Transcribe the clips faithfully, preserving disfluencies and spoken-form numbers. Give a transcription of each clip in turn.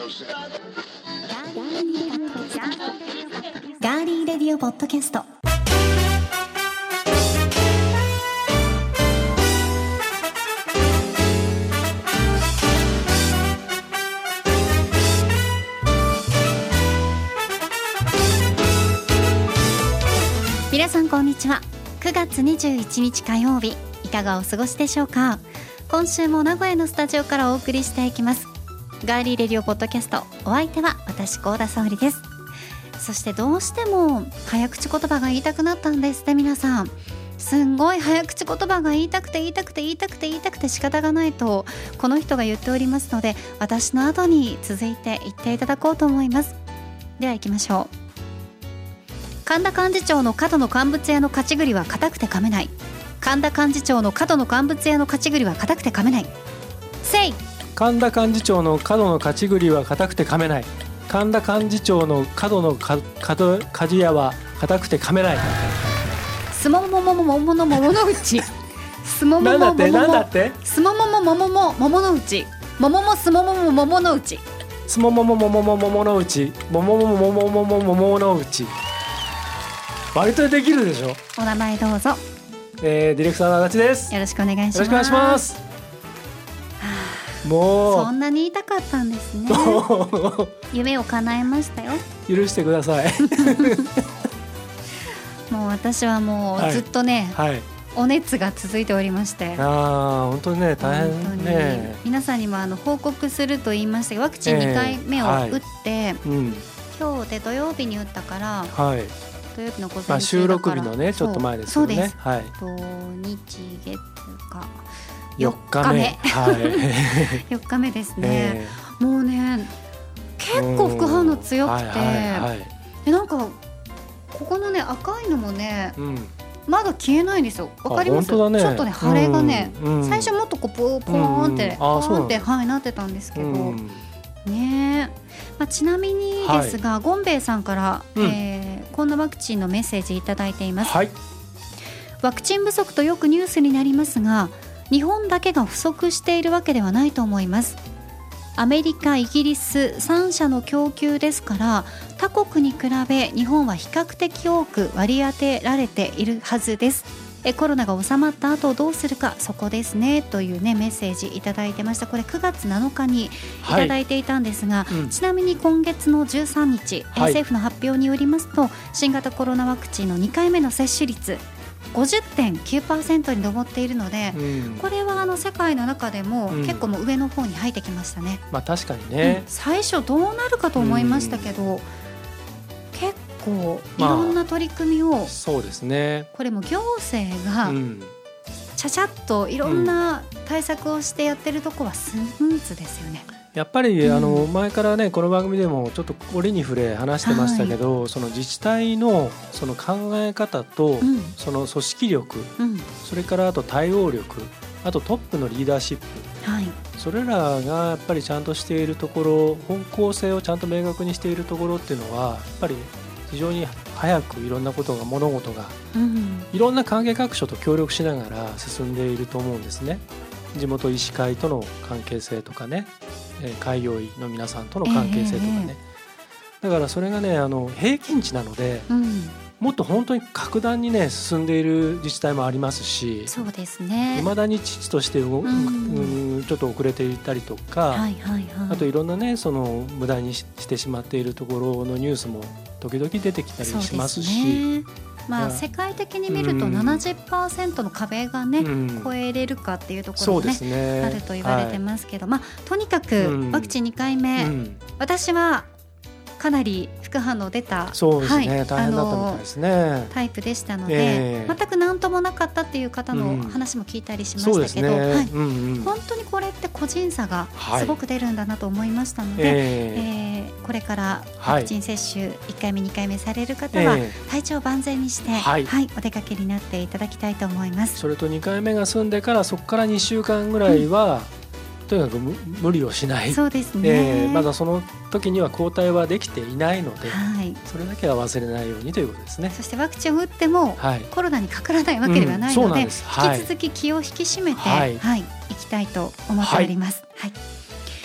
ガーリーレディオポッドキャスト。皆さんこんにちは。くがつにじゅういちにち火曜日、いかがお過ごしでしょうか。今週も名古屋のスタジオからお送りしていきますガーリーレディオポッドキャスト。お相手は私高田沙織です。そしてどうしても早口言葉が言いたくなったんですね。皆さんすんごい早口言葉が言いたくて言いたくて言いたくて言いたくて仕方がないとこの人が言っておりますので、私の後に続いて言っていただこうと思います。では行きましょう。神田幹事長の角の乾物屋の勝ち栗は硬くて噛めない。神田幹事長の角の乾物屋の勝ち栗は硬くて噛めない。せい。 神田幹事長の角の勝ち栗は硬くて噛めない。神田幹事長の角のか角鍛冶屋は硬くて噛めない。 すももももももの桃の内。すももももももなんだってすもももももも桃の内。もももすももも桃の内。 すもももももも桃の内。もももももももも桃の内。割とできるでしょ。 お名前どうぞ。 えー、ディレクターの足立です。 よろしくお願いします。 よろしくお願いします。もうそんなに言いたかったんですね。夢を叶えましたよ。 許してください。 もう私はもうずっとね、 はいはい、 お熱が続いておりまして、 あ本当にね大変ね。 皆さんにもあの報告すると言いましたが、ワクチンにかいめを打って、えーはいうん、今日で土曜日に打ったから、はい土曜日の午前中だから、まあ、 収録日のねちょっと前ですよね。 そうです、 はい、 と日月かよっかめ、はい、 よっかめですね、えー、もうね結構副反応強くて、はいはいはい、でなんかここのね赤いのもね、うん、まだ消えないんですよ。わかります？ね、ちょっとね腫れがね、うんうん、最初もっとこうポーポーンって、うん、ポーンって、はい、なってたんですけど、うんねまあ、ちなみにですが、はい、ゴンベイさんから、うんえー、こんなワクチンのメッセージいただいています、はい、ワクチン不足とよくニュースになりますが、日本だけが不足しているわけではないと思います。アメリカ、イギリスさん社の供給ですから、他国に比べ日本は比較的多く割り当てられているはずです。えコロナが収まった後どうするか、そこですねという、ね、メッセージいただいてました。これくがつなのかにいただいていたんですが、はいうん、ちなみに今月のじゅうさんにち、はい、政府の発表によりますと、新型コロナワクチンのにかいめの接種率 ごじゅってんきゅうパーセント に上っているので、うん、これはあの世界の中でも結構もう上の方に入ってきましたね、 うんまあ、確かにね、 うん、最初どうなるかと思いましたけど、うん、結構いろんな取り組みを、まあ、 そうですね、 これも行政がちゃちゃっといろんな対策をしてやってるとこはスムーズですよね。 やっぱりあの前からねこの番組でもちょっと折に触れ話してましたけど、はい、その自治体のその考え方と、うん、その組織力、うん、それからあと対応力、あとトップのリーダーシップ、はい、それらがやっぱりちゃんとしているところ、方向性をちゃんと明確にしているところっていうのはやっぱり非常に早くいろんなことが物事が、うん、いろんな関係各所と協力しながら進んでいると思うんですね。地元医師会との関係性とかね、開業医の皆さんとの関係性とかね、えー、だからそれがねあの平均値なので、うん、もっと本当に格段にね進んでいる自治体もありますし、 そうですね、 未だに父として動、うん、ちょっと遅れていたりとか、はいはいはい、あといろんなねその無駄にしてしまっているところのニュースも時々出てきたりしますし、 まあ、世界的に見ると ななじゅっパーセント の壁がね、うん、超えれるかっていうところも ね, ねあると言われてますけど、はいまあ、とにかくワクチンにかいめ、うん、私はかなり副反応出た、 そうですね、はい、大変だったみたいですね、 タイプでしたので、えー、全く何ともなかったっていう方の話も聞いたりしましたけど、うんねはいうんうん、本当にこれって個人差がすごく出るんだなと思いましたので、はいえーえー、これからワクチン接種いっかいめにかいめされる方は体調万全にして、はいはい、お出かけになっていただきたいと思います。 それとにかいめが済んでからそこからにしゅうかんぐらいは、うんとにかく無理をしない。 そうですね、 えー、まだその時には抗体はできていないので、はい、それだけは忘れないようにということですね。 そしてワクチンを打っても、はい、コロナにかからないわけではないので、うん、引き続き気を引き締めて、はいはい、いきたいと思っております、はいはい、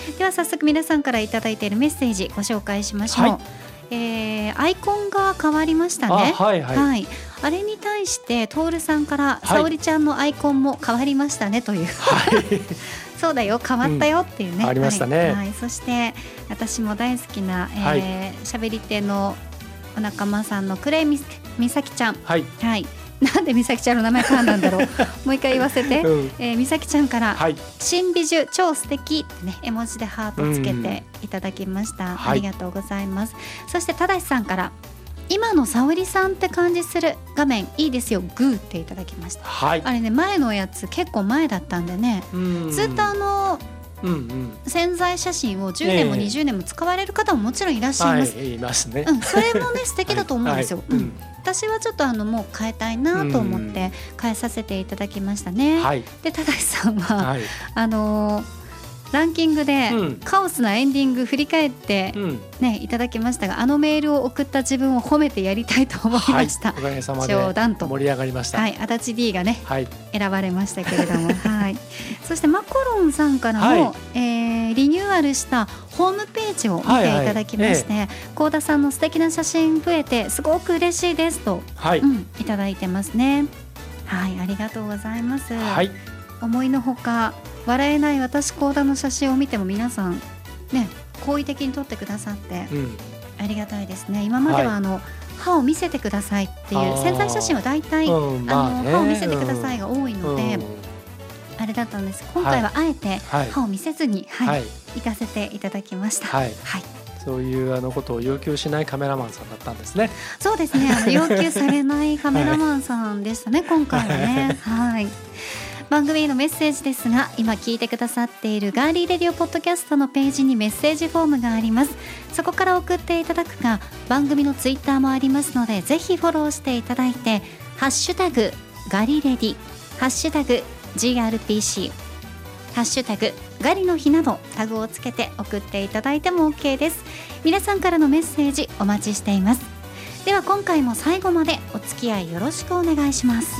では早速皆さんからいただいているメッセージご紹介しましょう、はい、えー、アイコンが変わりましたね。 あ、はいはいはい、 あれに対してトールさんから、沙織ちゃんのアイコンも変わりましたねという、はい、そうだよ変わったよっていうね、 うん、ありましたね、 はいはい、そして私も大好きなしゃべ、えー、り手のお仲間さんのクレイみさきちゃん、はい、はい、なんでみさきちゃんの名前噛んだんだろうもう一回言わせて、うん、えー、みさきちゃんから、はい、新美女超素敵ってね絵文字でハートつけていただきました、ありがとうございます、はい、そしてただしさんから今の沙織さんって感じする画面いいですよグーっていただきました、はい、あれね前のやつ結構前だったんでね、ずっとあのうんうん、宣材写真をじゅうねんもにじゅうねんも使われる方ももちろんいらっしゃいます、 はい、いますね、 うん、それもね素敵だと思うんですよ、はいはい、うん、私はちょっとあのもう変えたいなと思って変えさせていただきましたね、はい、でただしさんは、はい、あのーランキングでカオスなエンディング振り返って、ね、いただきましたが、あのメールを送った自分を褒めてやりたいと思いました、はい、 おかげさまで盛り上がりました、 はい、足立 D がね、はい、選ばれましたけれども、はい、そしてマコロンさんからも、はい、えー、リニューアルしたホームページを見ていただきまして、はいはい、えー、幸田さんの素敵な写真増えてすごく嬉しいですと、はい、うん、いただいてますね。はい、ありがとうございます、はい、思いのほか笑えない私幸田の写真を見ても皆さんね好意的に撮ってくださって、うん、ありがたいですね。今まではあの、はい、歯を見せてくださいっていう宣材写真は大体、うん、あの、まあ、歯を見せてくださいが多いので、うん、あれだったんです。今回はあえて歯を見せずに、はいはい、行かせていただきました、はいはい、 そういうあのことを要求しないカメラマンさんだったんですね。 そうですね、あの要求されないカメラマンさんでしたね、はい、今回はね、はい、番組へのメッセージですが、今聞いてくださっているガーリーレディオポッドキャストのページにメッセージフォームがあります。そこから送っていただくか、番組のツイッターもありますのでぜひフォローしていただいて、ハッシュタグガリレディ、ハッシュタグ ジーアールピーシー、ハッシュタグガリの日などタグをつけて送っていただいても OK です。皆さんからのメッセージお待ちしています。では今回も最後までお付き合いよろしくお願いします。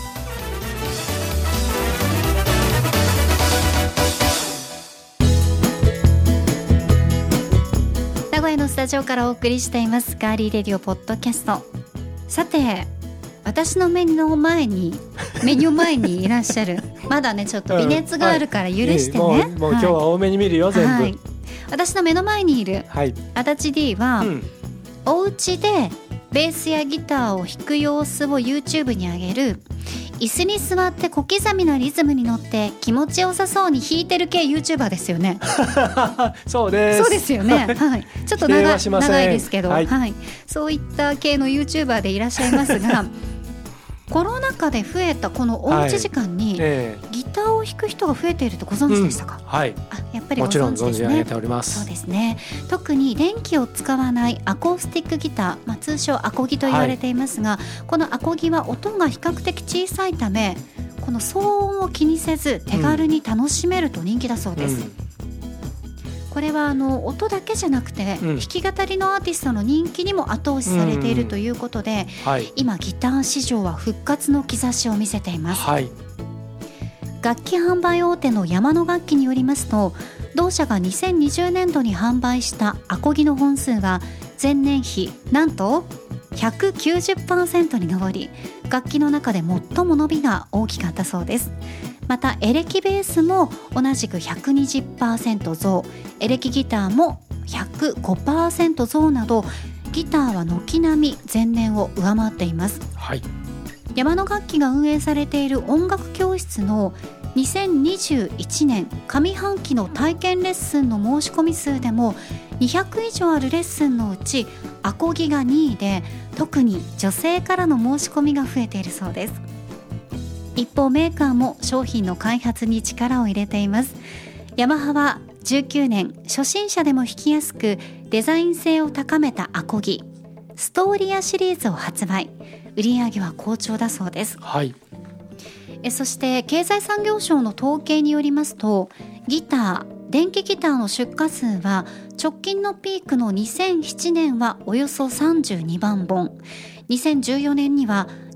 名古屋のスタジオからお送りしていますガーリーレディオポッドキャスト。さて、私の目の前に目の前にいらっしゃるまだねちょっと微熱があるから許してね、うん、はい、もう、 もう今日は多めに見るよ、はい、全部、はい、 私の目の前にいる足立 D は、うん、お家でベースやギターを弾く様子を YouTube に上げる、椅子に座って小刻みなリズムに乗って気持ちよさそうに弾いてる系 YouTuber ですよねそうです、 そうですよね、はい、ちょっと 長, 長いですけど、はいはい、そういった系の YouTuber でいらっしゃいますがコロナ禍で増えたこのおうち時間に、はい、えー、ギターを弾く人が増えているとご存知でしたか？ うん、はい、 あ、やっぱりご存知ですね。もちろん存じ上げております。そうですね、特に電気を使わないアコースティックギター、まあ、通称アコギと言われていますが、はい、このアコギは音が比較的小さいためこの騒音を気にせず手軽に楽しめると人気だそうです、うんうん、これはあの音だけじゃなくて、うん、弾き語りのアーティストの人気にも後押しされているということで、うん、はい、今ギター市場は復活の兆しを見せています、はい、楽器販売大手の山野楽器によりますと、同社がにせんにじゅうねんどに販売したアコギの本数は前年比なんと ひゃくきゅうじゅっパーセント に上り、楽器の中で最も伸びが大きかったそうです。またエレキベースも同じく ひゃくにじゅっパーセント 増、エレキギターも ひゃくごパーセント 増など、ギターは軒並み前年を上回っています、はい、山野楽器が運営されている音楽教室のにせんにじゅういちねん上半期の体験レッスンの申し込み数でもにひゃく以上あるレッスンのうちアコギがにいで、特に女性からの申し込みが増えているそうです。一方メーカーも商品の開発に力を入れています。ヤマハはじゅうきゅうねん初心者でも弾きやすくデザイン性を高めたアコギストーリアシリーズを発売、売り上げは好調だそうです、はい、えそして経済産業省の統計によりますと、ギター電気ギターの出荷数は直近のピークのにせんななねんはおよそさんじゅうにまんぼん、にせんじゅうよねんには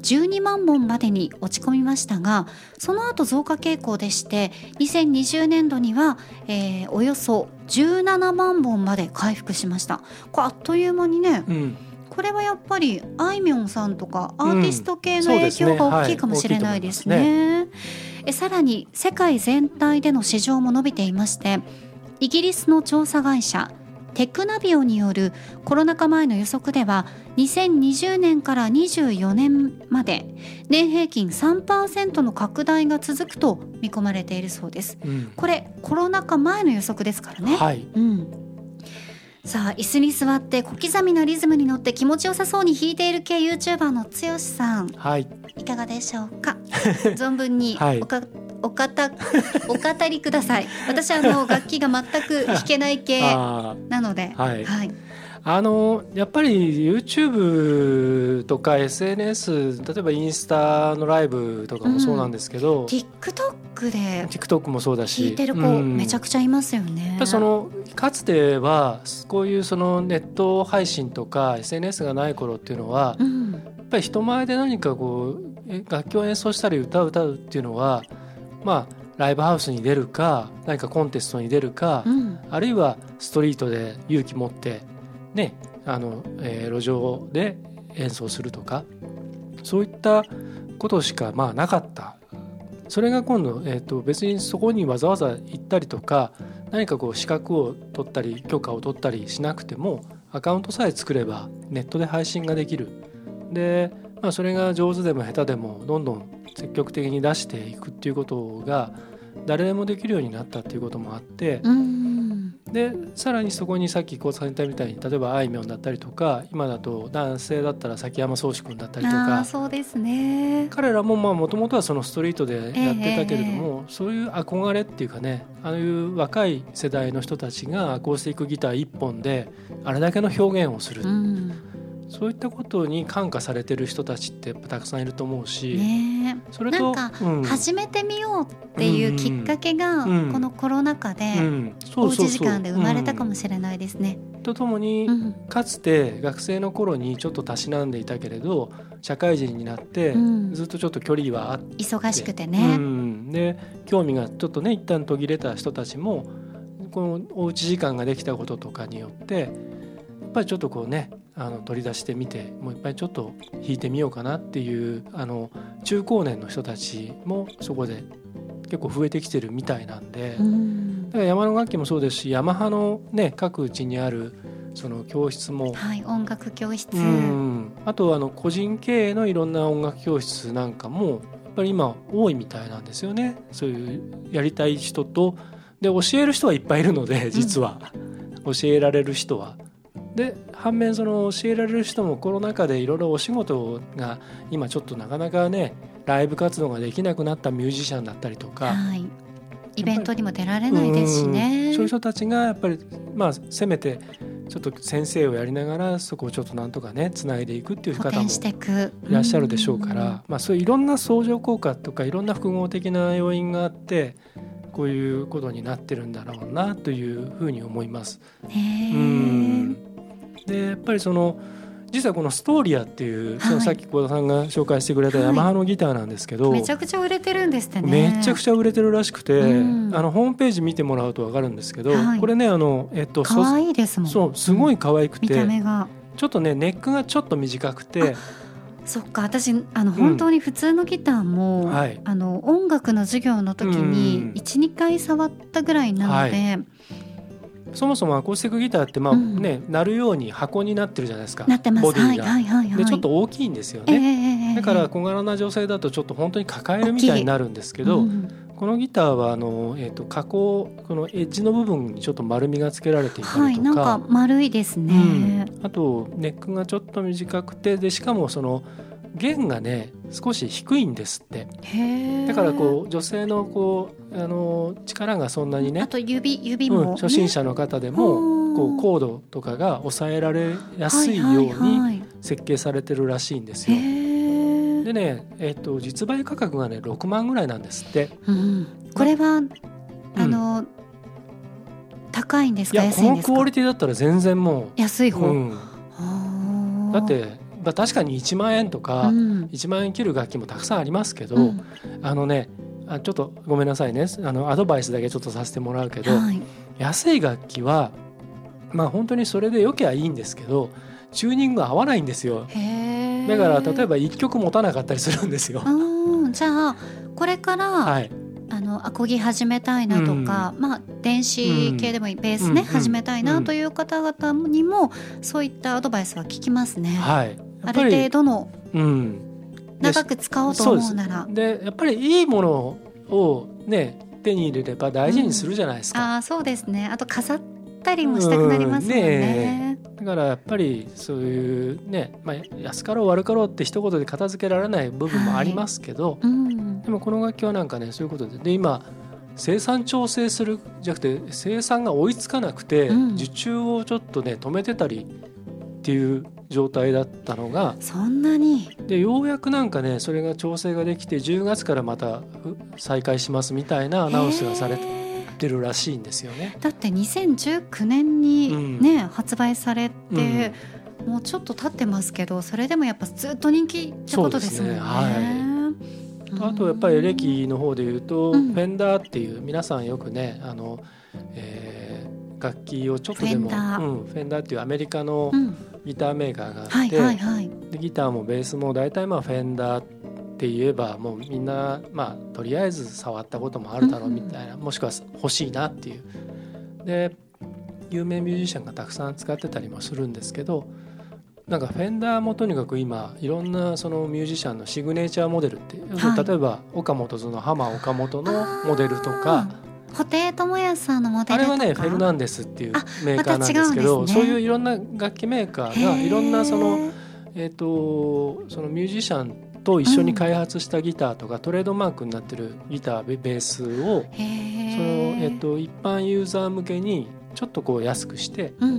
じゅうにまんぼんまでに落ち込みましたが、その後増加傾向でして、にせんにじゅうねんどには、えー、およそじゅうななまんぼんまで回復しました。これあっという間にね、うん、これはやっぱりあいみょんさんとかアーティスト系の影響が大きいかもしれないですね。うん、そうですね。はい、えさらに世界全体での市場も伸びていまして、イギリスの調査会社テクナビオによるコロナ禍前の予測では、にせんにじゅうねんからにじゅうよねんまで年平均 さんパーセント の拡大が続くと見込まれているそうです。うん、これコロナ禍前の予測ですからね。はい、うん、さあ椅子に座って小刻みなリズムに乗って気持ちよさそうに弾いている系 YouTuber のつよしさん、はい、いかがでしょうか。存分におか、はい、おかたお語りください。私はあの楽器が全く弾けない系なので、はいはい、 あのやっぱり YouTube とか エスエヌエス、例えばインスタのライブとかもそうなんですけど、うん、 TikTok で TikTok もそうだし弾いてる子めちゃくちゃいますよね。 うん、そのかつてはこういうそのネット配信とか エスエヌエス がない頃っていうのは、うん、やっぱり人前で何かこう楽器を演奏したり歌を歌うっていうのは、まあ、ライブハウスに出るか何かコンテストに出るか、うん、あるいはストリートで勇気持って、ね、あのえー、路上で演奏するとか、そういったことしかまあなかった。それが今度、えーと、別にそこにわざわざ行ったりとか何かこう資格を取ったり許可を取ったりしなくても、アカウントさえ作ればネットで配信ができる。で、まあ、それが上手でも下手でもどんどん積極的に出していくっていうことが誰でもできるようになったっていうこともあって、うん、でさらにそこにさっきこうされたみたいに、例えばあいみょんだったりとか、今だと男性だったら崎山蒼志君だったりとか、 あ、そうですね、 彼らももともとはそのストリートでやってたけれども、えー、そういう憧れっていうかね、ああいう若い世代の人たちがアコースティックギター一本であれだけの表現をする、うん、そういったことに感化されてる人たちってやっぱたくさんいると思うし、ね、それとなんか始めてみようっていうきっかけがこのコロナ禍でおうち時間で生まれたかもしれないですね。 とともにかつて学生の頃にちょっとたしなんでいたけれど社会人になってずっとちょっと距離はあって、うん、 忙しくてね、 うん、で興味がちょっとね一旦途切れた人たちもこのおうち時間ができたこととかによってやっぱりちょっとこうね、あの取り出してみてもういっぱいちょっと弾いてみようかなっていう、あの中高年の人たちもそこで結構増えてきてるみたいなんで、うん、だから山の楽器もそうですし、ヤマハのね各地にあるその教室も、 はい、音楽教室、 うん、あとあの個人経営のいろんな音楽教室なんかもやっぱり今多いみたいなんですよね。そういうやりたい人とで教える人はいっぱいいるので、実は、うん、教えられる人はで、反面その教えられる人もコロナ禍でいろいろお仕事が今ちょっとなかなかねライブ活動ができなくなったミュージシャンだったりとか、はい、 イベントにも出られないですしね、 そういう人たちがやっぱり、まあ、せめてちょっと先生をやりながらそこをちょっとなんとかねつないでいくっていう方もいらっしゃるでしょうから、まあ、そういういろんな相乗効果とかいろんな複合的な要因があってこういうことになってるんだろうなというふうに思います。へー。うん。でやっぱりその実はこのストーリアっていう、はい、そのさっき小田さんが紹介してくれたヤマハのギターなんですけど、はい、 めちゃくちゃ売れてるんですってね。 めちゃくちゃ売れてるらしくて、うん、あのホームページ見てもらうと分かるんですけど、はい、これねあの、えっと、 かわいいですもん。 そうすごい可愛くて、 うん、見た目がちょっとねネックがちょっと短くて、 そっか、私あの本当に普通のギターも、うんはい、あの音楽の授業の時に いち,に 回触ったぐらいなので、はい、 そもそもアコースティックギターってまあ、ねうん、鳴るように箱になってるじゃないですか。 なってます。 ボディが、 はいはいはいはい、 でちょっと大きいんですよね、えー、だから小柄な女性だとちょっと本当に抱えるみたいになるんですけど、うん、このギターはあの、えー、と加工このエッジの部分にちょっと丸みがつけられていたりとか、はい、 なんか丸いですね、 うん、あとネックがちょっと短くてでしかもその弦がね少し低いんですって。へー。だからこう女性のこうあの力がそんなにね、 あと指指も、ねうん、 初心者の方でもこうコードとかが抑えられやすいように設計されてるらしいんですよ。はいはいはい、でね、えー、と実売価格がねろくまんぐらいなんですって、うん、 これはあの、うん、高いんですか？ いや安いんですか？ このクオリティだったら全然もう安い方、うん、 だってまあ、確かにいちまんえんとか、うん、いちまんえん切る楽器もたくさんありますけど、うん、あのねあちょっとごめんなさいねあのアドバイスだけちょっとさせてもらうけど、はい、安い楽器はまあ本当にそれで良きゃいいんですけどチューニングが合わないんですよ。へだから例えばいっきょく持たなかったりするんですよ。 うんじゃあこれから、はい、あのアコギ始めたいなとか、うんまあ、電子系でもいい、うん、ベースね、うん、始めたいなという方々にもそういったアドバイスは聞きますね、はい、ある程度の、うん、長く使おうと思うならでやっぱりいいものを、ね、手に入れれば大事にするじゃないですか、うん、 あそうですね。あと飾ったりもしたくなりますもんね、 うん、ねだからやっぱりそういうね、まあ、安かろう悪かろうって一言で片付けられない部分もありますけど、はいうん、でもこの楽器はなんかねそういうことで、で今生産調整するじゃなくて生産が追いつかなくて、うん、受注をちょっとね止めてたりっていう状態だったのがそんなにでようやくなんかねそれが調整ができてじゅうがつからまた再開しますみたいなアナウンスがされてるらしいんですよね。 だってにせんじゅうきゅうねんに、ねうん、発売されて、うん、もうちょっと経ってますけどそれでもやっぱずっと人気ってことですもんね。そうですね、はいあとやっぱりエレキの方でいうと、うん、フェンダーっていう皆さんよくねあの、えー、楽器をちょっとでもフェンダー、うん、フェンダーっていうアメリカのギターメーカーがあって、はいはいはい、でギターもベースも大体まあフェンダーって言えばもうみんな、まあ、とりあえず触ったこともあるだろうみたいな、うん、もしくは欲しいなっていうで有名ミュージシャンがたくさん使ってたりもするんですけどなんかフェンダーもとにかく今いろんなそのミュージシャンのシグネチャーモデルって、はい、例えば岡本図のハマ岡本のモデルとか布袋寅泰さんのモデルとかあれはねフェルナンデスっていうメーカーなんですけど、また違うんですね、そういういろんな楽器メーカーがいろんなその、えーと、そのミュージシャンと一緒に開発したギターとか、うん、トレードマークになってるギターベースをその、えーと、一般ユーザー向けにちょっとこう安くして、うん、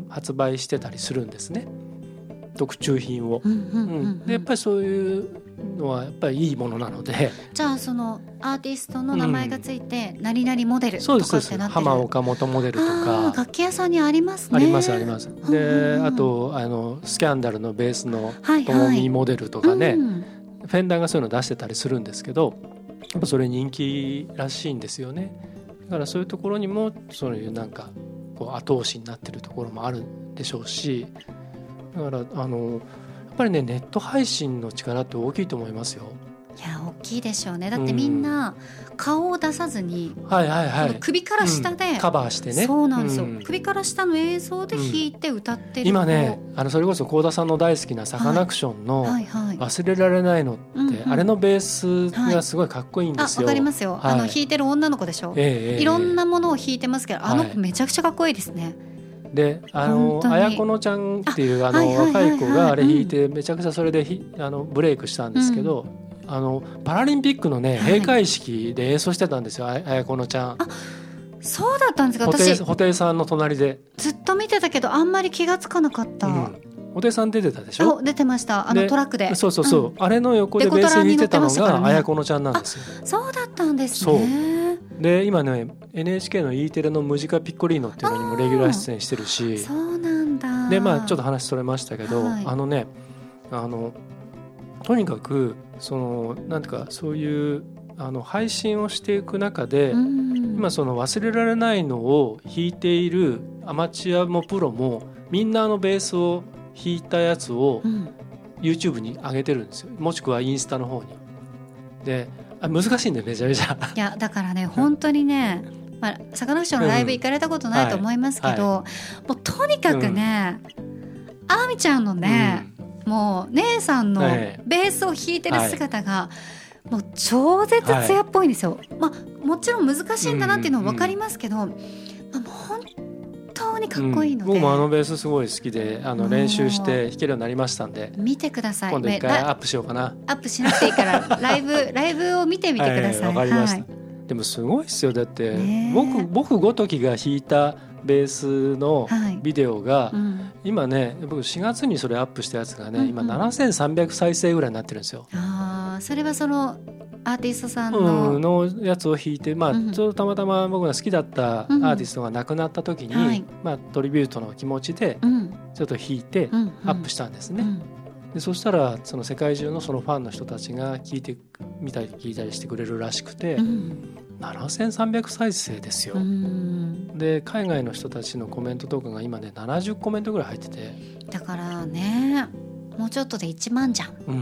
発売してたりするんですね特注品を、うんうんうんうん、でやっぱりそういうのはやっぱりいいものなのでじゃあそのアーティストの名前がついて何々モデルとかってなってる、うん、そうですそうです浜岡本モデルとか楽器屋さんにありますね。 ありますありますで、うんうん、あとあのスキャンダルのベースのともみモデルとかね、はいはいうん、フェンダーがそういうの出してたりするんですけどやっぱそれ人気らしいんですよね。だからそういうところにもそういうなんかこう後押しになってるところもあるでしょうしだからあのやっぱりねネット配信の力って大きいと思いますよ。 いや大きいでしょうね。だってみんな顔を出さずに、うんはいはいはい、首から下で、 うん、カバーしてねそうなんですよ、うん、首から下の映像で弾いて歌ってる、うん、 今ねあのそれこそ幸田さんの大好きなサカナクションの忘れられないのって、はいはいはい、あれのベースがすごいかっこいいんですよ、 はい、あわかりますよ、はい、あの弾いてる女の子でしょ、えー、いろんなものを弾いてますけどあの子めちゃくちゃかっこいいですね、はいであの綾子のちゃんっていうあの若い子があれ弾いてめちゃくちゃそれでひあのブレイクしたんですけど、うん、あのパラリンピックのね閉会式で演奏してたんですよ綾子のちゃん。あそうだったんですか。 私布袋さんの隣でずっと見てたけどあんまり気がつかなかった、うん布袋さん出てたでしょ。 出てましたあのトラックでそうそうそう、うん、あれの横でベース弾いてたのが綾子のちゃんなんですよ。 そうだったんですね。 で今ね エヌエイチケー の E テレのムジカピッコリーノっていうのにもレギュラー出演してるしそうなんだ。 でまあちょっと話それましたけど、はい、あのねあのとにかくそのなんていうかそういうあの配信をしていく中で、うん、今その忘れられないのを弾いているアマチュアもプロもみんなあのベースを弾いたやつを YouTube に上げてるんですよ、もしくはインスタの方に。であ難しいんだよめちゃめちゃ。 いやだからね本当にね、まあ、サカナクションのライブ行かれたことないと思いますけど、うんはいはい、もうとにかくね、うん、あみちゃんのね、うん、もう姉さんのベースを弾いてる姿が、はい、もう超絶艶っぽいんですよ、はい、まあ、もちろん難しいんだなっていうのは分かりますけど、うんうんうん、まあ、もう本当にかっこいいので、 うん、僕もあのベースすごい好きであの練習して弾けるようになりましたんで見てください。 今度一回アップしようかな。 アップしなくていいからライブライブを見てみてください。 わ、はい、かりました、はい、でもすごいですよ。だって僕僕ごときが弾いたベースのビデオが、はい、うん、今ね僕しがつにそれアップしたやつがね、うんうん、今ななせんさんびゃくさいせいぐらいになってるんですよ。 あそれはそのアーティストさん の,、 うん、のやつを弾いて、まあ、ちょうどたまたま僕が好きだったアーティストが亡くなった時に、うんはい、まあ、トリビュートの気持ちでちょっと弾いてアップしたんですね、うんうん、 でそしたらその世界中のそのファンの人たちが聞いてみたり聞いたりしてくれるらしくて、うん、ななせんさんびゃく再生ですよ、うん、で海外の人たちのコメントとかが今ねななじゅうコメントぐらい入ってて、 だからねもうちょっとでいちまんじゃん、 うんうん、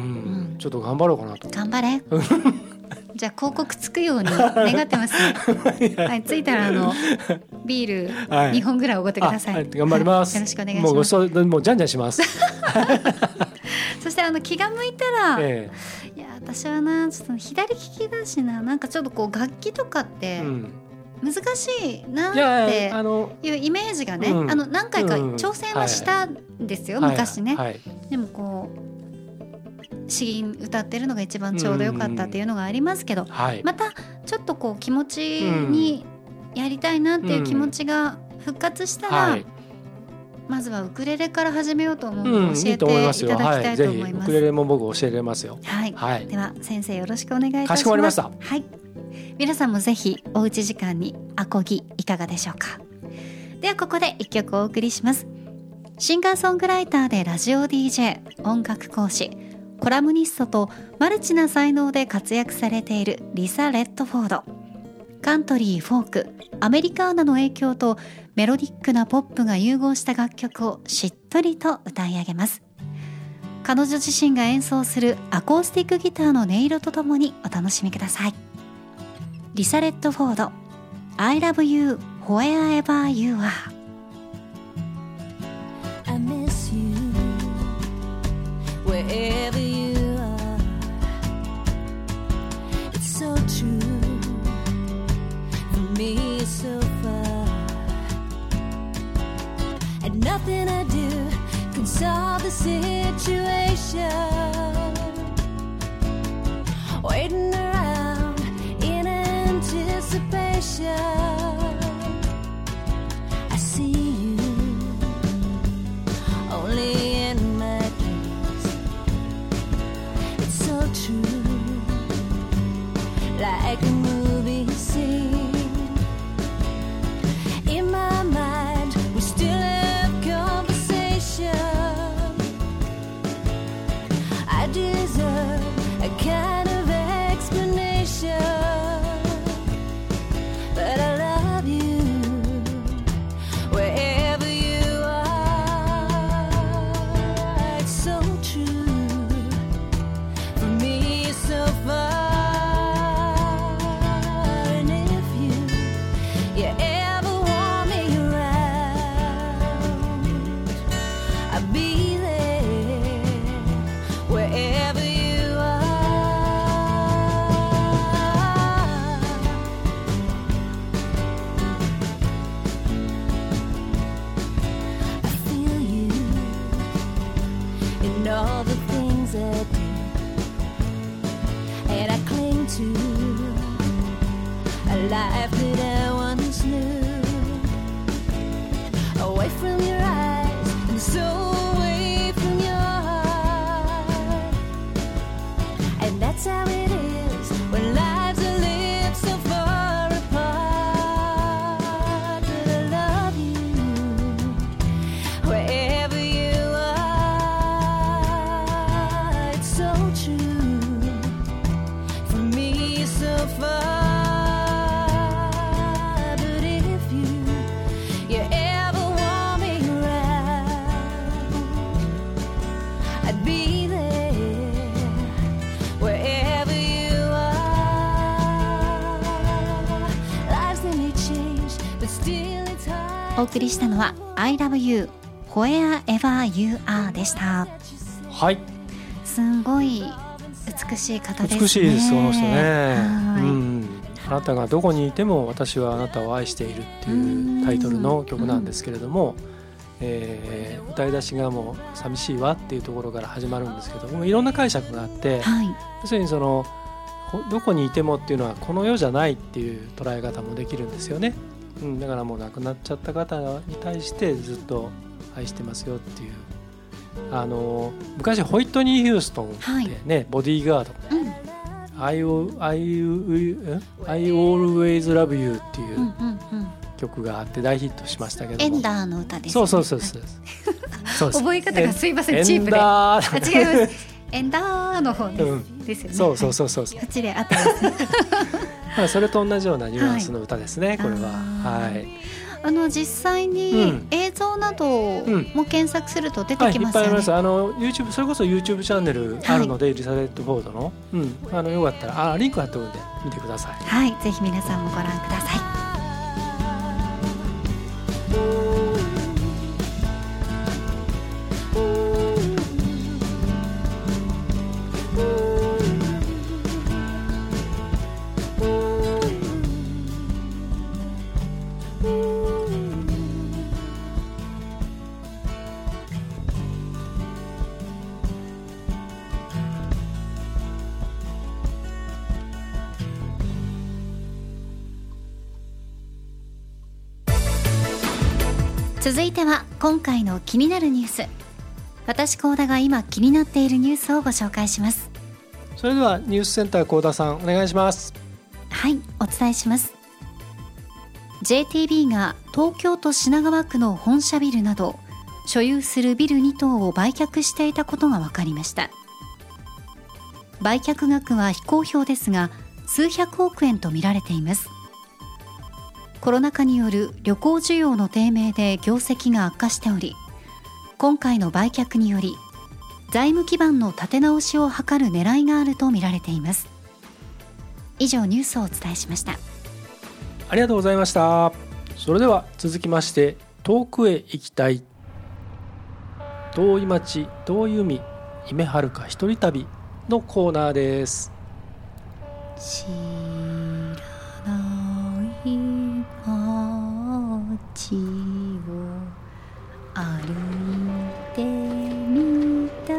ちょっと頑張ろうかなと。 頑張れじゃあ広告つくように願ってますねはい、ついたらあのビールにほんぐらいおごってください、はいはい、 頑張ります。 よろしくお願いします。もうごそもうじゃんじゃんしますそしてあの気が向いたら、ええ、いや私はなちょっと左利きだしな、なんかちょっとこう楽器とかって難しいなっていうイメージがね、うん、あの何回か挑戦はしたんですよ、うん、昔ね、はいはいはい、でもこう詩吟歌ってるのが一番ちょうどよかったっていうのがありますけど、うんはい、またちょっとこう気持ちにやりたいなっていう気持ちが復活したら、うんはい、まずはウクレレから始めようと思うので教えていただきたいと思います、うん、いいと思いますよ、はい、ぜひウクレレも僕教えれますよ、はいはい、では先生よろしくお願いいたします。 かしこまりました。 はい、皆さんもぜひおうち時間にアコギいかがでしょうか。ではここで一曲お送りします。シンガーソングライターでラジオ ディージェー、 音楽講師、コラムニストとマルチな才能で活躍されているリサ・レッドフォード。カントリー、フォーク、アメリカーナの影響とメロディックなポップが融合した楽曲をしっとりと歌い上げます。彼女自身が演奏するアコースティックギターの音色とともにお楽しみください。リサ・レッドフォード I love you wherever you are。 I miss you wherever you are. It's so true, for me it's so far, and nothing I do can solve the situation. Waiting around in anticipation, I see you only in my dreams. It's so true, like a movie scene. In my mind we still have conversation. I deserve a kind of explanation, but I love you wherever you are. It's so true, for me it's so far. And if you, you ever want me around, I'll be there wherever you are. I feel you in all the things I do, and I cling to a life that I once knew. Away from your eyes and so away from your heart, and that's how it is when lives are lived so far apart. But I love you wherever you are. It's so true, for me it's so far. But if you, you ever want me around, I'd be there wherever you are. Lives they may change, but still it's hard. お送りしたのは I love you wherever you are でした。 はい、 すんごい美しい方ですね。 美しいですこの人ね、 はい、 うん、あなたがどこにいても私はあなたを愛しているっていうタイトルの曲なんですけれども、えー、歌い出しがもう寂しいわっていうところから始まるんですけども、いろんな解釈があって、 はい、 要するにそのどこにいてもっていうのはこの世じゃないっていう捉え方もできるんですよね、うん、だからもう亡くなっちゃった方に対してずっと愛してますよっていう、あの昔ホイットニー・ヒューストンってね、はい、ボディーガード、うん、I, I, I always love you っていう曲があって大ヒットしましたけども、 エンダーの歌ですよね。 そうそうそうそう覚え方がすいませんチープで。あ、違います。エンダーの方です、うん、ですよね。 そうそうそうそうそう。 こちらあったますね。 まあそれと同じようなニュアンスの歌ですね、はい、これは。はい。 あの実際に映像なども検索すると出てきますよね。うん、はい、いっぱいあります。あの YouTube それこそ YouTube チャンネルあるので、はい、リサレットフォードの、うん、あのよかったらあリンク貼っておくんで見てください。 はい、ぜひ皆さんもご覧ください。続いては今回の気になるニュース。私高田が今気になっているニュースをご紹介します。 それではニュースセンター高田さんお願いします。 はい、お伝えします。 ジェイティービー が東京都品川区の本社ビルなど所有するビルに棟を売却していたことが分かりました。売却額は非公表ですが数百億円と見られています。コロナ禍による旅行需要の低迷で業績が悪化しており、今回の売却により財務基盤の立て直しを図る狙いがあると見られています。以上ニュースをお伝えしました。 ありがとうございました。それでは続きまして遠くへ行きたい、遠い町遠い海夢はるか一人旅のコーナーです。 知らない街を歩いてみたい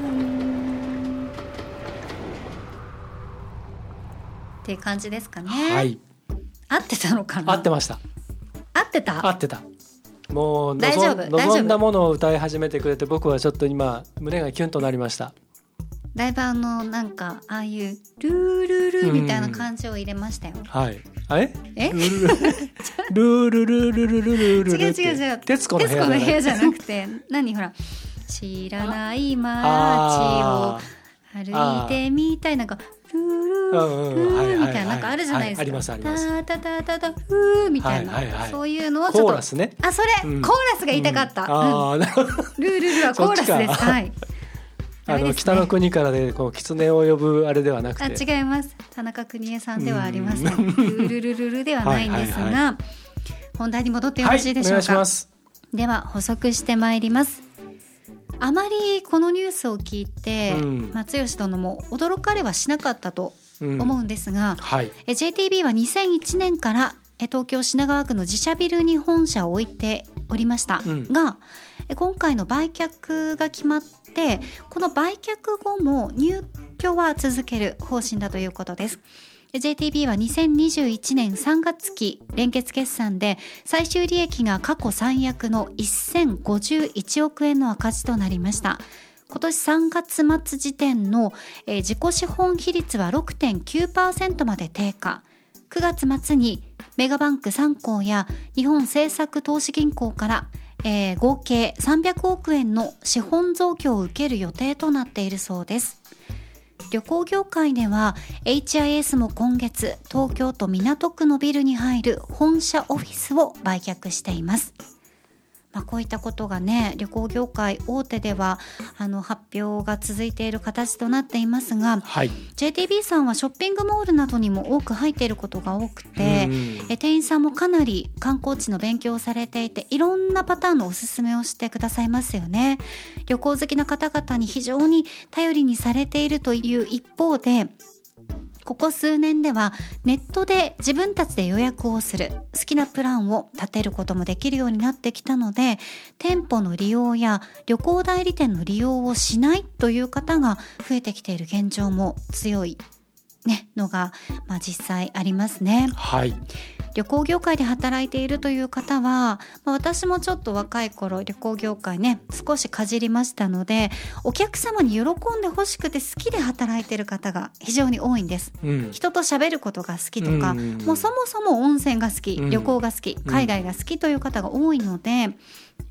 っていう感じですかね。 はい。 合ってたのかな。 合ってました。 合ってた。 合ってた。もう大丈夫望んだものを歌い始めてくれて、僕はちょっと今胸がキュンとなりました。 だいぶあのなんかああいうルールルみたいな感じを入れましたよ。 はい。あれ？ え？ ルールルルルルルルルル。 違う違う違う。 徹子の部屋。 徹子の部屋じゃなくて、何ほら知らない街を歩いてみたいなんかルールルみたいななんかあるじゃないですか。 ありますあります。 タタタタタフーみたいな、そういうのをちょっとコーラスね。 あ、それコーラスが言いたかった。ああ、なるほど。ルールルはコーラスです。はい。 あの、ね、北の国からでこう狐を呼ぶあれではなくて、 あ、違います。田中邦衛さんではありません。ルルルルルではないんですが、はいはいはい、本題に戻ってよろしいでしょうか。はい、お願いします。では補足してまいります。あまりこのニュースを聞いて、うん、まあ、剛殿も驚かれはしなかったと思うんですが、うん、はい、ジェイティービー はにせんいちねんから東京品川区の自社ビルに本社を置いておりましたが、うん、今回の売却が決まってこの売却後も入居は続ける方針だということです。 ジェイティービー はにせんにじゅういちねんさんがつ期連結決算で最終利益が過去最悪のせんごじゅういちおくえんの赤字となりました。今年さんがつ末時点の、えー、自己資本比率は ろくてんきゅうパーセント まで低下。くがつ末にメガバンクさん行や日本政策投資銀行から、えー、合計さんびゃくおくえんの資本増強を受ける予定となっているそうです。旅行業界では エイチアイエス も今月東京都港区のビルに入る本社オフィスを売却しています。まあ、こういったことがね、旅行業界大手ではあの発表が続いている形となっていますが、はい、ジェイティービー さんはショッピングモールなどにも多く入っていることが多くて、え店員さんもかなり観光地の勉強をされていて、いろんなパターンのおすすめをしてくださいますよね。旅行好きな方々に非常に頼りにされているという一方で、ここ数年ではネットで自分たちで予約をする、好きなプランを立てることもできるようになってきたので、店舗の利用や旅行代理店の利用をしないという方が増えてきている現状も強い、ね、のが、まあ、実際ありますね。はい。旅行業界で働いているという方は、まあ、私もちょっと若い頃旅行業界ね少しかじりましたので、お客様に喜んでほしくて好きで働いている方が非常に多いんです、うん、人と喋ることが好きとか、うんうんうん、もうそもそも温泉が好き、旅行が好き、海外が好きという方が多いので、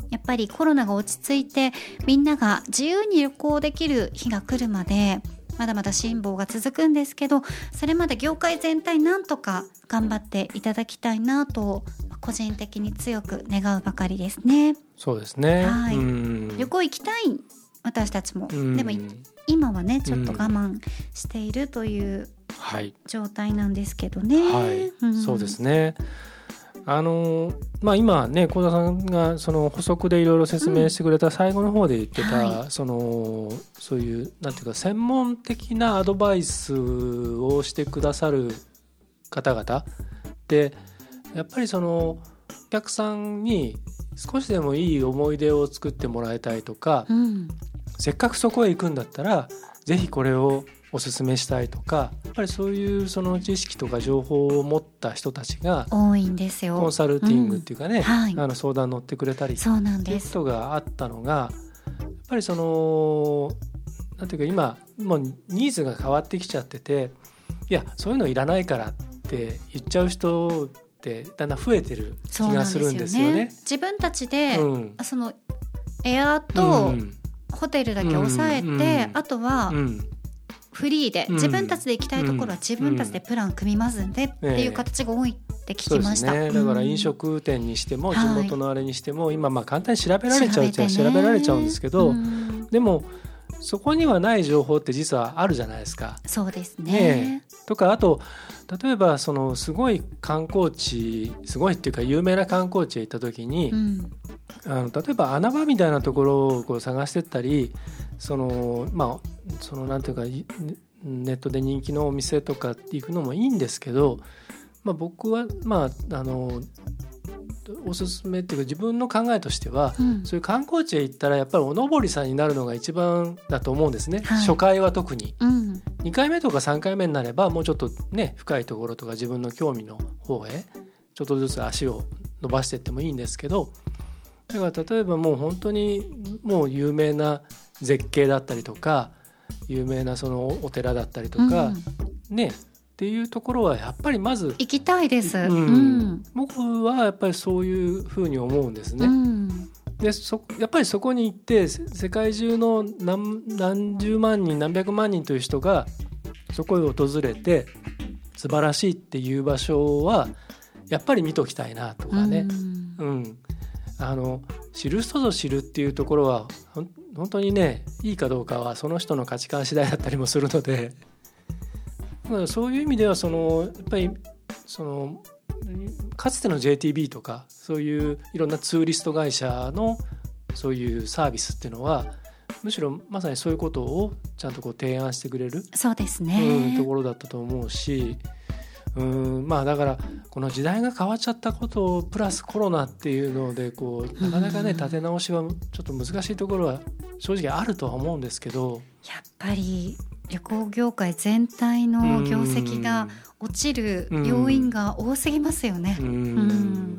やっぱりコロナが落ち着いてみんなが自由に旅行できる日が来るまでまだまだ辛抱が続くんですけど、それまで業界全体なんとか頑張っていただきたいなと個人的に強く願うばかりですね。 そうですね、 はい、 うん、 旅行行きたい私たちも、 うん、 でも今はねちょっと我慢しているという状態なんですけどね、 はいうん、そうですね。あのまあ、今ね幸田さんがその補足でいろいろ説明してくれた最後の方で言ってた、うんはい、そのそういうなんていうか専門的なアドバイスをしてくださる方々でやっぱりそのお客さんに少しでもいい思い出を作ってもらいたいとか、うん、せっかくそこへ行くんだったらぜひこれをおすすめしたいとか、やっぱりそういうその知識とか情報を持った人たちが多いんですよ。 コンサルティングっていうかね、うんはい、あの相談乗ってくれたりそうなんですっていうことがあったのが、やっぱりそのなんていうか今もうニーズが変わってきちゃってて、いやそういうのいらないからって言っちゃう人ってだんだん増えてる気がするんですよね。 そうなんですよね。自分たちで、うん、そのエアとホテルだけ抑えて、うんうん、あとは、うんフリーで自分たちで行きたいところは自分たちでプラン組みますんでっていう形が多いって聞きました、 そうですね、だから飲食店にしても地元のあれにしても、はい、今まあ簡単に調べられちゃうっちゃ調べられちゃうんですけど、でもそこにはない情報って実はあるじゃないですか。 そうです ね, ねとかあと例えばそのすごい観光地すごいっていうか有名な観光地へ行った時に、うん、あの例えば穴場みたいなところをこう探してったりそのまあそのなんていうかネットで人気のお店とか行くのもいいんですけど、まあ、僕はまああのおすすめっていうか自分の考えとしては、うん、そういう観光地へ行ったらやっぱりおのぼりさんになるのが一番だと思うんですね、はい、初回は特に、うん、にかいめとかさんかいめになればもうちょっとね深いところとか自分の興味の方へちょっとずつ足を伸ばしていってもいいんですけど、だから例えばもう本当にもう有名な絶景だったりとか有名なそのお寺だったりとか、うん、ねっていうところはやっぱりまず行きたいです、うんうん、僕はやっぱりそういうふうに思うんですね、うん、でそやっぱりそこに行って世界中の 何, 何十万人何百万人という人がそこへ訪れて素晴らしいっていう場所はやっぱり見ときたいなとかね、うんうん、あの知る人ぞ知るっていうところは本当にねいいかどうかはその人の価値観次第だったりもするので、そういう意味ではそのやっぱりそのかつての ジェーティービー とかそういういろんなツーリスト会社のそういうサービスっていうのはむしろまさにそういうことをちゃんとこう提案してくれるそうですね、 うん、ところだったと思うし、うんまあだからこの時代が変わっちゃったことプラスコロナっていうのでこうなかなかね立て直しはちょっと難しいところは正直あるとは思うんですけど、 やっぱり旅行業界全体の業績が落ちる要因が多すぎますよね。うんうん、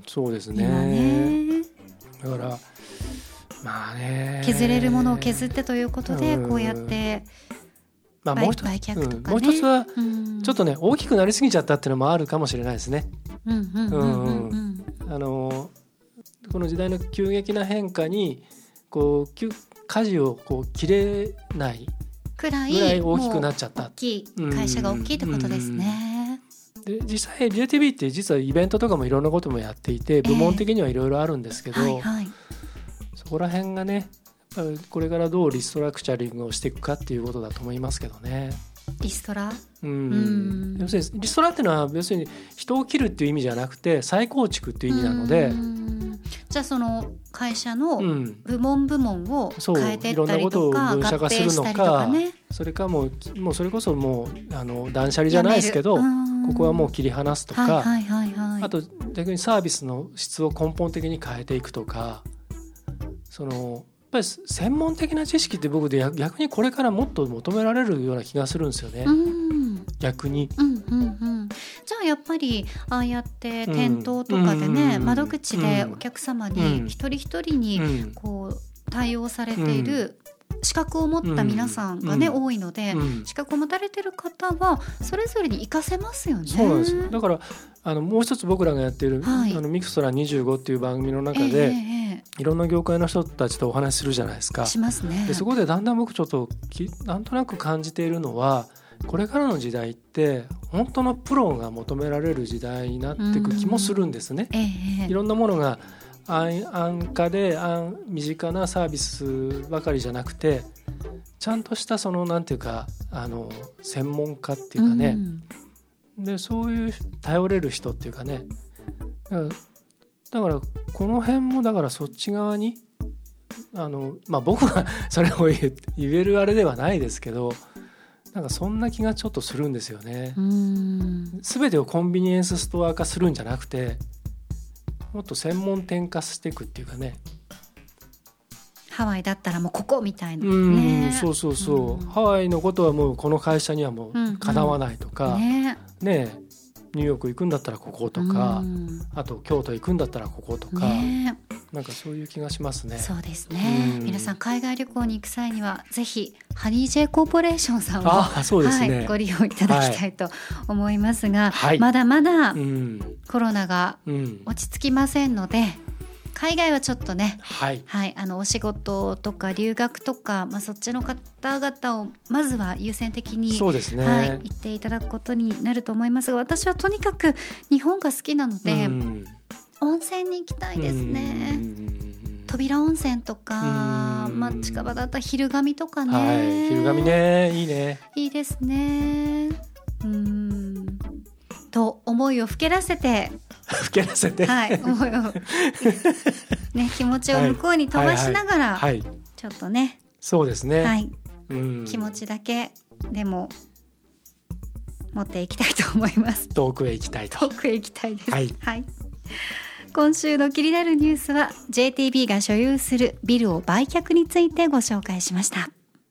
そうですね。今ねだからまあね削れるものを削ってということでこうやってまあ、もう一つ、うん、もう一つはちょっとね大きくなりすぎちゃったっていうのもあるかもしれないですね。あのこの時代の急激な変化にこう舵をこう切れないくらいぐらい大きくなっちゃった。 大きい会社が大きいってことですね。 で実際 ジェーティービー って実はイベントとかもいろんなこともやっていて部門的にはいろいろあるんですけど、えーはいはい、そこら辺がねこれからどうリストラクチャリングをしていくかっていうことだと思いますけどね。 リストラ、 うん、要するにリストラっていうのは要するに人を切るっていう意味じゃなくて再構築っていう意味なので、 じゃあその会社の部門部門を変えていったりとか、うん、いろんなことを分社化するのか、ね、 それかもう、もうそれこそもうあの断捨離じゃないですけどここはもう切り離すとか、はいはいはいはい、あと逆にサービスの質を根本的に変えていくとか、そのやっぱり専門的な知識って僕で逆にこれからもっと求められるような気がするんですよね。うん逆に、うんうんうん、 じゃあやっぱりああやって店頭とかでね、うん、窓口でお客様に一人一人にこう対応されている資格を持った皆さんがね、うん、多いので、うん、資格を持たれてる方はそれぞれに活かせますよね。 そうなんです。だからあのもう一つ僕らがやっている、はい、あのミクストラにじゅうごっていう番組の中で、えーえー、いろんな業界の人たちとお話しするじゃないですか。 しますね。 でそこでだんだん僕ちょっときなんとなく感じているのは、これからの時代って本当のプロが求められる時代になっていく気もするんですね、 えー、 いろんなものが安, 安価で安身近なサービスばかりじゃなくて、ちゃんとしたそのなんていうかあの専門家っていうかね、うん、でそういう頼れる人っていうかね、だから、だからこの辺もだからそっち側にあの、まあ、僕はそれを 言, 言えるあれではないですけど、なんかそんな気がちょっとするんですよね。 うーん、 全てをコンビニエンスストア化するんじゃなくて、もっと専門店化していくっていうかね。 ハワイだったらもうここみたいな、ね、 うんそうそうそう、うん、ハワイのことはもうこの会社にはもうかなわないとか、うんうん、ね, ねニューヨーク行くんだったらこことか、うん、あと京都行くんだったらこことか、ね、なんかそういう気がしますね。 そうですね、うん、皆さん海外旅行に行く際にはぜひハニー J コーポレーションさんを、 あ、そうですね、 はい、ご利用いただきたいと思いますが、 はい、 まだまだうんコロナが落ち着きませんので、海外はちょっとね、 はいはい、あのお仕事とか留学とか、まあ、そっちの方々をまずは優先的に、 そうですね、 はい、行っていただくことになると思いますが、私はとにかく日本が好きなので、うん、温泉に行きたいですね。扉温泉とか、まあ、近場だったら昼神とかね、 はい、昼神ね、いいね、 いいですね。うーんと思いをふけらせてふけらせて、 はい、思いを、ね、気持ちを向こうに飛ばしながら、はいはいはい、ちょっとね、 そうですね、 はい、 うん、 気持ちだけでも持っていきたいと思います。 遠くへ行きたいと遠くへ行きたいです、 はいはい、今週の気になるニュースは ジェーティービー が所有するビルを売却についてご紹介しました。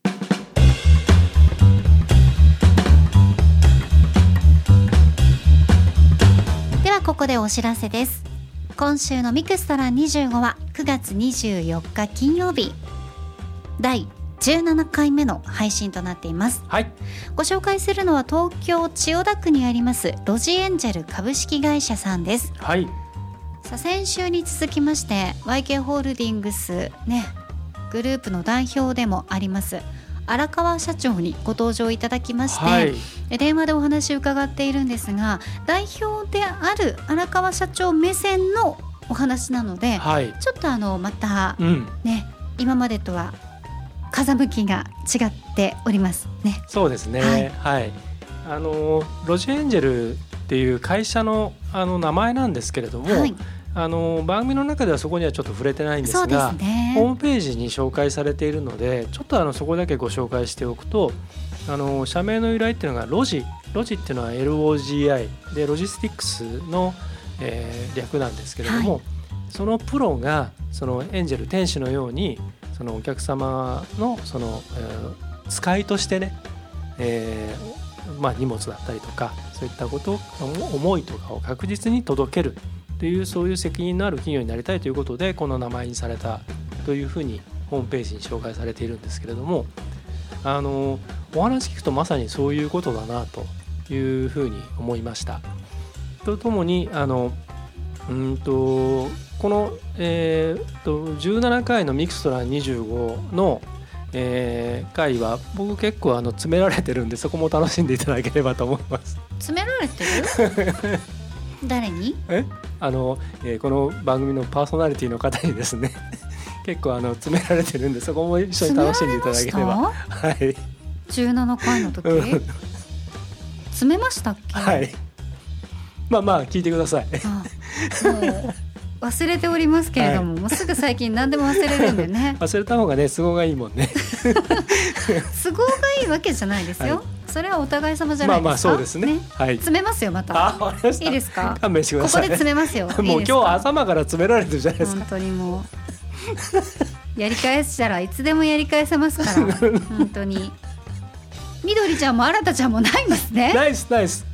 ではここでお知らせです。今週のミクストラにじゅうごはくがつにじゅうよっか金曜日、だいじゅうななかいめの配信となっています、 はい、 ご紹介するのは東京千代田区にありますロジエンジェル株式会社さんです、 はい、 さあ先週に続きまして ワイケー ホールディングス、ね、グループの代表でもあります荒川社長にご登場いただきまして、はい、電話でお話を伺っているんですが、代表である荒川社長目線のお話なので、はい、ちょっとあのまた、うんね、今までとは風向きが違っておりますね。 そうですね、はいはい、あのロジエンジェルっていう会社の、あの名前なんですけれども、はい、あの番組の中ではそこにはちょっと触れてないんですが、 そうですね、 ホームページに紹介されているので、ちょっとあのそこだけご紹介しておくと、あの社名の由来っていうのがロジロジっていうのは エルオージーアイ でロジスティックスの、えー、略なんですけれども、はい、そのプロがそのエンジェル天使のようにそのお客様のその、えー、使いとしてね、えーまあ、荷物だったりとかそういったこと思いとかを確実に届けるという、そういう責任のある企業になりたいということでこの名前にされたというふうにホームページに紹介されているんですけれども、あのお話聞くとまさにそういうことだなというふうに思いました。とともにあのうんとこの、えー、とじゅうななかいのミクストラにじゅうごの、えー、回は僕結構あの詰められてるんで、そこも楽しんでいただければと思います。 詰められてる誰にえあの、えー、この番組のパーソナリティの方にですね結構あの詰められてるんで、そこも一緒に楽しんでいただければ。はい、 じゅうななかいの時詰めましたっけ。 はい、まあまあ聞いてください。 ああ、もう忘れておりますけれども、はい、もうすぐ最近何でも忘れるんでね忘れた方がね都合がいいもんね都合がいいわけじゃないですよ、はい、それはお互い様じゃないですか。まあまあそうですね、ね、はい、 詰めますよまた。 あ、いいいですか。 勘弁してください。 ここで詰めますよ。 もう今日朝間から詰められてるじゃないですか。 本当にもうやり返したらいつでもやり返せますから本当に。みどりちゃんも新ちゃんもないんですね。 ナイスナイス。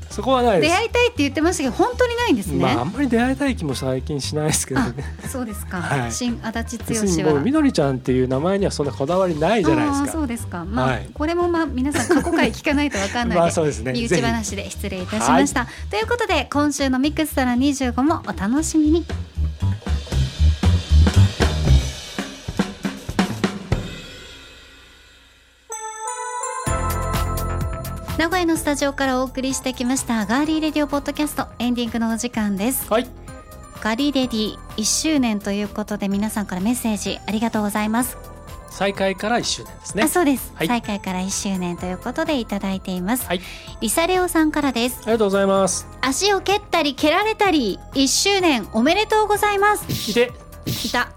そこはないです。 出会いたいって言ってましたけど本当にないんですね。 まああんまり出会いたい気も最近しないですけどね。 そうですか、 はい、 新足立剛ははみどりちゃんっていう名前にはそんなこだわりないじゃないですか。 あそうですか、まあはい、 これもまあ皆さん過去回聞かないと分かんないので、まあそうですね、身内話で失礼いたしました、はい、ということで今週のミックストラにじゅうごもお楽しみに。名古屋のスタジオからお送りしてきましたガーリーレディオポッドキャスト、エンディングのお時間です、 はい、 ガーリーレディいっしゅうねんということで皆さんからメッセージありがとうございます。 再開からいっしゅうねんですね。 あそうです、 はい、 再開からいっしゅうねんということでいただいています、 はい、 リサレオさんからです。 ありがとうございます。 足を蹴ったり蹴られたりいっしゅうねんおめでとうございます。 いていた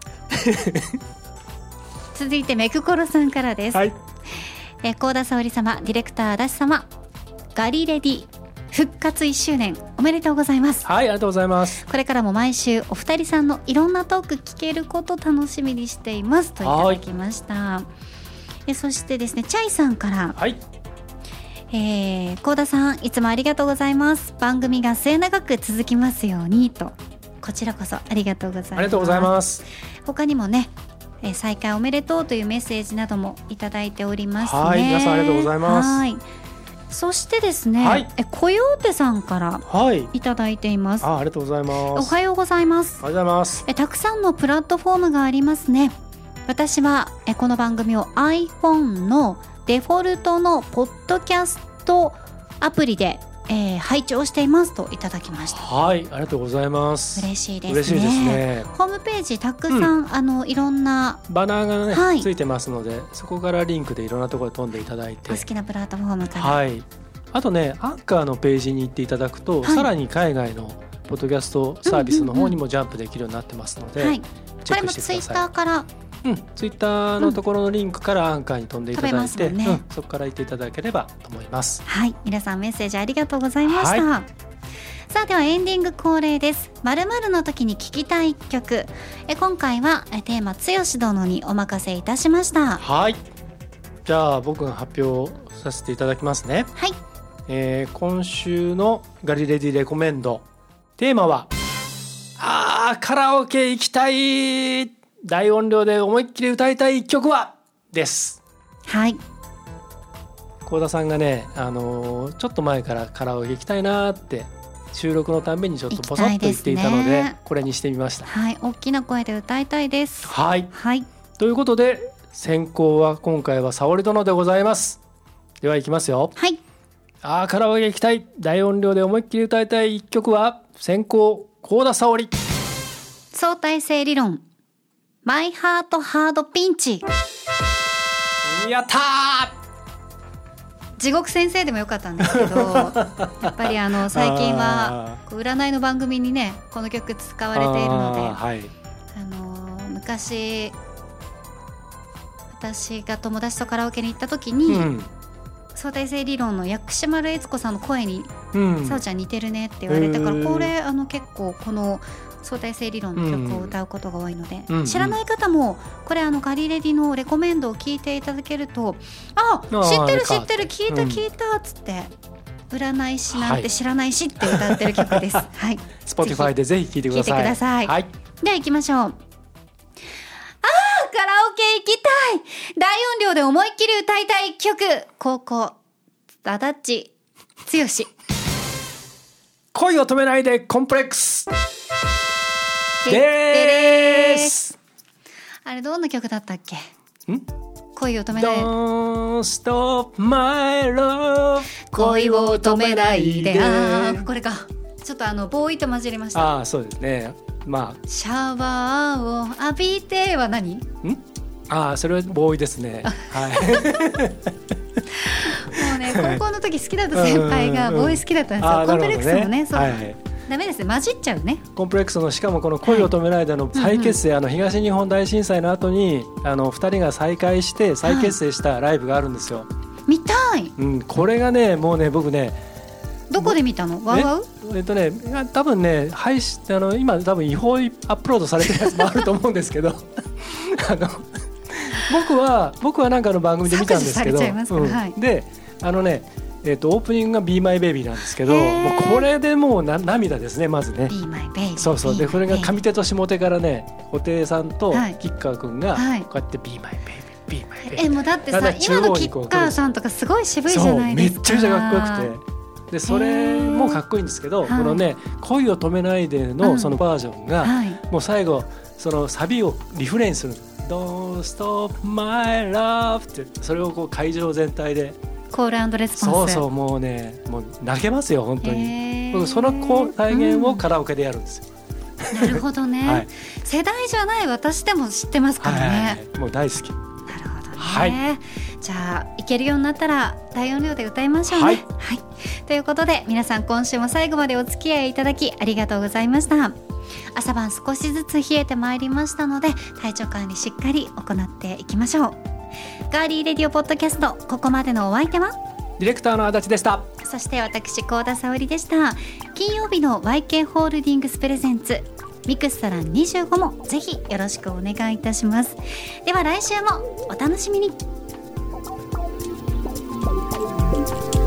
続いてメクコロさんからです、 はい、 え高田沙織様、ディレクター足立様、ガリレディ復活いっしゅうねんおめでとうございます。 はい、ありがとうございます。 これからも毎週お二人さんのいろんなトーク聞けること楽しみにしていますといただきました。えそしてですね、チャイさんから、 はい、 えー、高田さんいつもありがとうございます。番組が末永く続きますようにと、こちらこそありがとうございます。 ありがとうございます。 他にもね、えー、再開おめでとうというメッセージなどもいただいておりますね。 はい、皆さんありがとうございます。 はい、そしてですね、 はい、 えコヨーテさんからいただいています、 はい、あ、ありがとうございます。 おはようございます。 おはようございます。 えたくさんのプラットフォームがありますね。私はえこの番組を iPhone のデフォルトのポッドキャストアプリで、えー、拝聴していますといただきました。 はい、ありがとうございます。 嬉しいですね。 嬉しいですね。 ホームページたくさん、うん、あのいろんなバナーがね、 はい、 ついてますので、そこからリンクでいろんなところに飛んでいただいて、 お好きなプラットフォームから、 はい、あとね、アンカーのページに行っていただくと、はい、さらに海外のポッドキャストサービスの方にもジャンプできるようになってますので、はい、チェックしてください。これもツイッターからうん、ツイッターのところのリンクからアンカーに飛んでいただいて、うんね、 うん、そこから行っていただければと思います。 はい、皆さんメッセージありがとうございました、はい、さあではエンディング恒例です。〇〇の時に聴きたい曲、え今回はテーマ剛殿にお任せいたしました。 はい、じゃあ僕が発表させていただきますね。 はい、 えー、今週のガリレディレコメンドテーマは、あーカラオケ行きたい、大音量で思いっきり歌いたい一曲はです。 はい、 幸田さんがね、あのー、ちょっと前からカラオケ行きたいなって収録のたんびにちょっとポソッと言っていたの で, で、ね、これにしてみました。 はい、大きな声で歌いたいです。 はい、 はい、 ということで先行は今回は沙織殿でございます。ではいきますよ。 はい、 あーカラオケ行きたい、大音量で思いっきり歌いたい一曲は先行幸田沙織、 相対性理論マイハートハードピンチ。 やったー。 地獄先生でもよかったんですけどやっぱりあの最近は占いの番組にねこの曲使われているので、あ、はい、あの昔私が友達とカラオケに行った時に、うん、相対性理論の薬師丸悦子さんの声に、うん、さおちゃん似てるねって言われたから、これあの結構この相対性理論の曲を歌うことが多いので、うん、知らない方もこれあのガリレディのレコメンドを聞いていただけると、あ、知ってる知ってる、聞いた聞いたっつって、うん、占い師なんて知らないしって歌ってる曲です。はい、 Spotify でぜひ聴いてください。 聞いてください。はい、では行きましょう。あーカラオケ行きたい、大音量で思いっきり歌いたい曲、高校足立剛、 恋を止めないでコンプレックスでーす。 あれどんな曲だったっけ？ ん？ 恋を止めない。 Don't stop my love。 恋を止めないで。あーこれか。ちょっとあのボーイと混じりました。 ああそうですね。まあシャワーを浴びては何？ん？ ああそれはボーイですね。はい。 もうね高校の時好きだった先輩がボーイ好きだったんですよ。コンプレックスもね。そう。はいはい、ダメですね、混じっちゃうね。 コンプレックスのしかもこの恋を止めないでの再結成、はい、あの東日本大震災の後にあのふたりが再会して再結成したライブがあるんですよ。 見たい、 うん、これがねもうね僕ねどこで見たの？ワウワウ？ えっとね多分ね配信あの今多分違法アップロードされてるやつもあると思うんですけどあの僕は僕はなんかの番組で見たんですけど、うんはい、であのね、ええー、とオープニングが Be My Baby なんですけど、もうこれでもうな涙ですね、まずね。 Be My Baby。 そうそう。でこれが上手と下手からね、布袋さんと吉川君がこうやって Be My Baby、Be My Baby。 えもうだってさ、今の吉川さんとかすごい渋いじゃないですか。 そうめっちゃかっこよくて、でそれもかっこいいんですけど、このね恋を止めないでのそのバージョンが、もう最後そのサビをリフレインする Don't stop my love って、それをこう会場全体でコール&レスポンス。 そうそう、もうねもう泣けますよ本当に。僕その体現をカラオケでやるんですよ、 うん、なるほどね、はい、世代じゃない私でも知ってますからね、はいはいはい、 もう大好き。 なるほどね、 はい、 じゃあ行けるようになったら大音量で歌いましょうね、はいはい、ということで皆さん今週も最後までお付き合いいただきありがとうございました。朝晩少しずつ冷えてまいりましたので体調管理しっかり行っていきましょう。ガーリーレディオポッドキャスト、ここまでのお相手はディレクターの足立でした。 そして私幸田沙織でした。金曜日の ワイケー ホールディングスプレゼンツミクスサランにじゅうごもぜひよろしくお願いいたします。では来週もお楽しみに。